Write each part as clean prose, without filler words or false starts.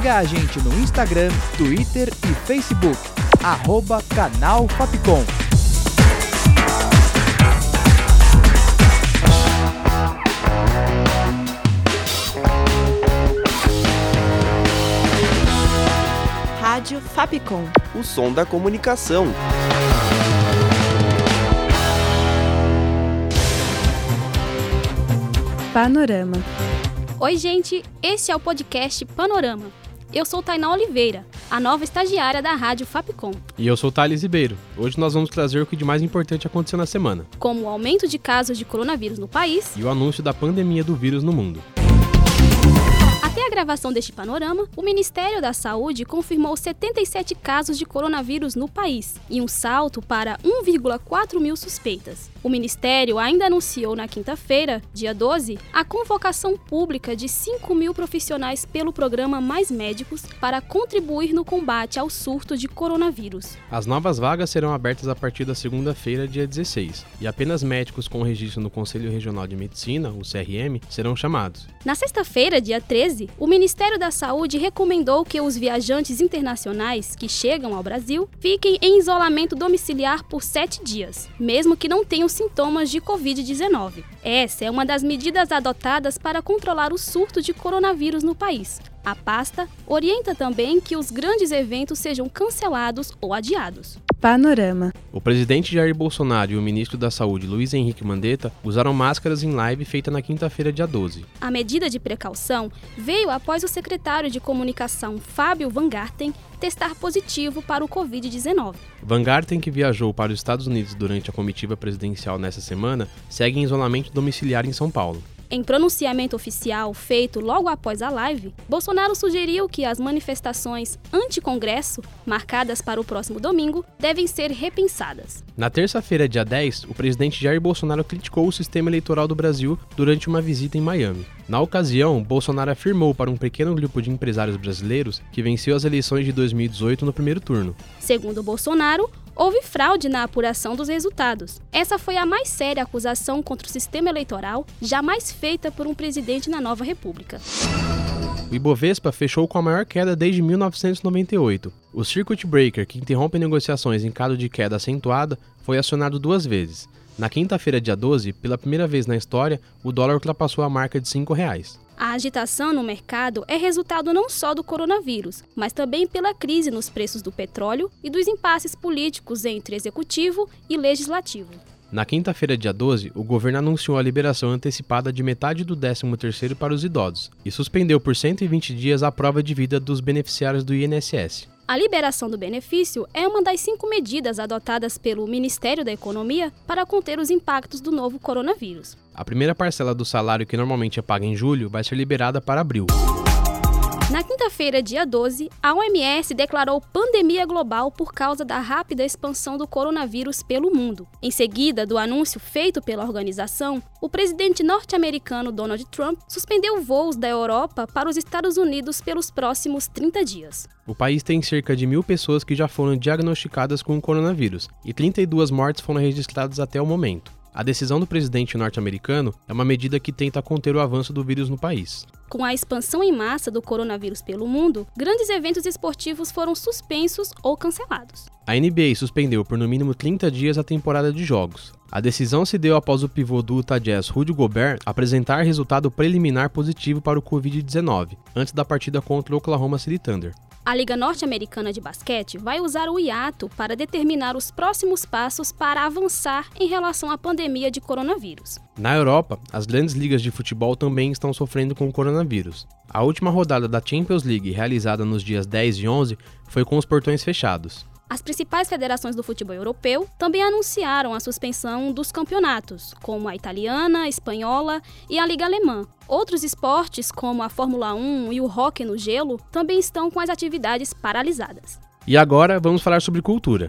Siga a gente no Instagram, Twitter e Facebook, @canal Fapcom. Rádio Fapcom. O som da comunicação. Panorama. Oi, gente, esse é o podcast Panorama. Eu sou Tainá Oliveira, a nova estagiária da Rádio Fapcom. E eu sou Thales Ribeiro. Hoje nós vamos trazer o que de mais importante aconteceu na semana, como o aumento de casos de coronavírus no país e o anúncio da pandemia do vírus no mundo. Até a gravação deste panorama, o Ministério da Saúde confirmou 77 casos de coronavírus no país e um salto para 1,4 mil suspeitas. O Ministério ainda anunciou na quinta-feira, dia 12, a convocação pública de 5 mil profissionais pelo programa Mais Médicos para contribuir no combate ao surto de coronavírus. As novas vagas serão abertas a partir da segunda-feira, dia 16, e apenas médicos com registro no Conselho Regional de Medicina, o CRM, serão chamados. Na sexta-feira, dia 13, o Ministério da Saúde recomendou que os viajantes internacionais que chegam ao Brasil fiquem em isolamento domiciliar por 7 dias, mesmo que não tenham sintomas de Covid-19. Essa é uma das medidas adotadas para controlar o surto de coronavírus no país. A pasta orienta também que os grandes eventos sejam cancelados ou adiados. Panorama. O presidente Jair Bolsonaro e o ministro da Saúde, Luiz Henrique Mandetta, usaram máscaras em live feita na quinta-feira, dia 12. A medida de precaução veio após o secretário de Comunicação, Fábio Van Garten, testar positivo para o Covid-19. Van Garten, que viajou para os Estados Unidos durante a comitiva presidencial nessa semana, segue em isolamento domiciliar em São Paulo. Em pronunciamento oficial feito logo após a live, Bolsonaro sugeriu que as manifestações anti-Congresso, marcadas para o próximo domingo, devem ser repensadas. Na terça-feira, dia 10, o presidente Jair Bolsonaro criticou o sistema eleitoral do Brasil durante uma visita em Miami. Na ocasião, Bolsonaro afirmou para um pequeno grupo de empresários brasileiros que venceu as eleições de 2018 no primeiro turno. Segundo Bolsonaro, houve fraude na apuração dos resultados. Essa foi a mais séria acusação contra o sistema eleitoral jamais feita por um presidente na nova república. O Ibovespa fechou com a maior queda desde 1998. O Circuit Breaker, que interrompe negociações em caso de queda acentuada, foi acionado 2 vezes. Na quinta-feira, dia 12, pela primeira vez na história, o dólar ultrapassou a marca de R$5. A agitação no mercado é resultado não só do coronavírus, mas também pela crise nos preços do petróleo e dos impasses políticos entre executivo e legislativo. Na quinta-feira, dia 12, o governo anunciou a liberação antecipada de metade do 13º para os idosos e suspendeu por 120 dias a prova de vida dos beneficiários do INSS. A liberação do benefício é uma das 5 medidas adotadas pelo Ministério da Economia para conter os impactos do novo coronavírus. A primeira parcela do salário, que normalmente é paga em julho, vai ser liberada para abril. Na quinta-feira, dia 12, a OMS declarou pandemia global por causa da rápida expansão do coronavírus pelo mundo. Em seguida do anúncio feito pela organização, o presidente norte-americano Donald Trump suspendeu voos da Europa para os Estados Unidos pelos próximos 30 dias. O país tem cerca de 1.000 pessoas que já foram diagnosticadas com o coronavírus e 32 mortes foram registradas até o momento. A decisão do presidente norte-americano é uma medida que tenta conter o avanço do vírus no país. Com a expansão em massa do coronavírus pelo mundo, grandes eventos esportivos foram suspensos ou cancelados. A NBA suspendeu por no mínimo 30 dias a temporada de jogos. A decisão se deu após o pivô do Utah Jazz, Rudy Gobert, apresentar resultado preliminar positivo para o Covid-19, antes da partida contra o Oklahoma City Thunder. A Liga Norte-Americana de Basquete vai usar o hiato para determinar os próximos passos para avançar em relação à pandemia de coronavírus. Na Europa, as grandes ligas de futebol também estão sofrendo com o coronavírus. A última rodada da Champions League, realizada nos dias 10 e 11, foi com os portões fechados. As principais federações do futebol europeu também anunciaram a suspensão dos campeonatos, como a italiana, a espanhola e a Liga Alemã. Outros esportes, como a Fórmula 1 e o hóquei no gelo, também estão com as atividades paralisadas. E agora vamos falar sobre cultura.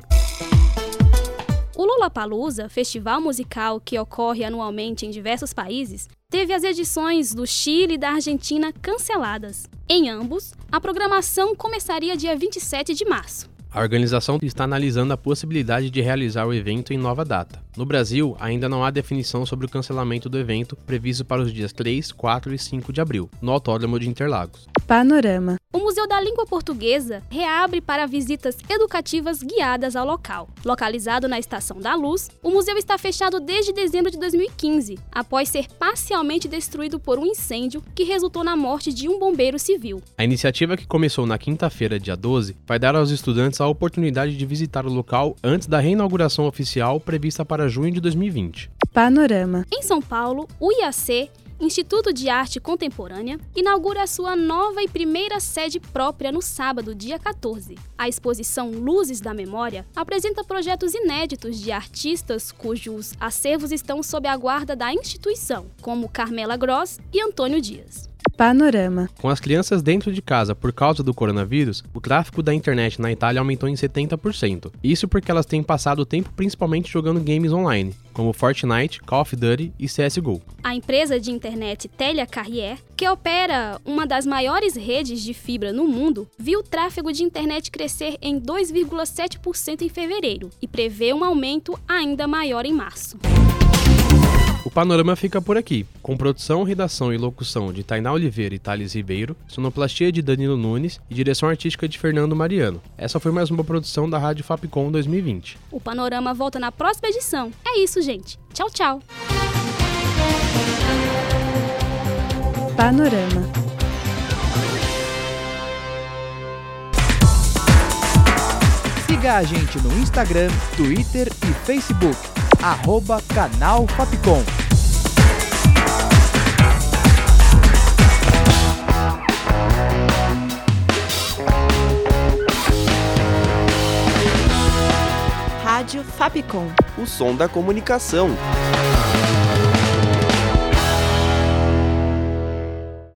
O Lollapalooza, festival musical que ocorre anualmente em diversos países, teve as edições do Chile e da Argentina canceladas. Em ambos, a programação começaria dia 27 de março. A organização está analisando a possibilidade de realizar o evento em nova data. No Brasil, ainda não há definição sobre o cancelamento do evento previsto para os dias 3, 4 e 5 de abril, no Autódromo de Interlagos. Panorama. O Museu da Língua Portuguesa reabre para visitas educativas guiadas ao local. Localizado na Estação da Luz, o museu está fechado desde dezembro de 2015, após ser parcialmente destruído por um incêndio que resultou na morte de um bombeiro civil. A iniciativa, que começou na quinta-feira, dia 12, vai dar aos estudantes a oportunidade de visitar o local antes da reinauguração oficial prevista para junho de 2020. Panorama. Em São Paulo, o IAC, Instituto de Arte Contemporânea, inaugura a sua nova e primeira sede própria no sábado, dia 14. A exposição Luzes da Memória apresenta projetos inéditos de artistas cujos acervos estão sob a guarda da instituição, como Carmela Gross e Antônio Dias. Panorama. Com as crianças dentro de casa por causa do coronavírus, o tráfego da internet na Itália aumentou em 70%. Isso porque elas têm passado o tempo principalmente jogando games online, como Fortnite, Call of Duty e CSGO. A empresa de internet Telia Carrier, que opera uma das maiores redes de fibra no mundo, viu o tráfego de internet crescer em 2,7% em fevereiro e prevê um aumento ainda maior em março. O Panorama fica por aqui, com produção, redação e locução de Tainá Oliveira e Thales Ribeiro, sonoplastia de Danilo Nunes e direção artística de Fernando Mariano. Essa foi mais uma produção da Rádio Fapcom 2020. O Panorama volta na próxima edição. É isso, gente. Tchau, tchau. Panorama. Siga a gente no Instagram, Twitter e Facebook. @Canal Fapcom. Rádio Fapcom. O som da comunicação.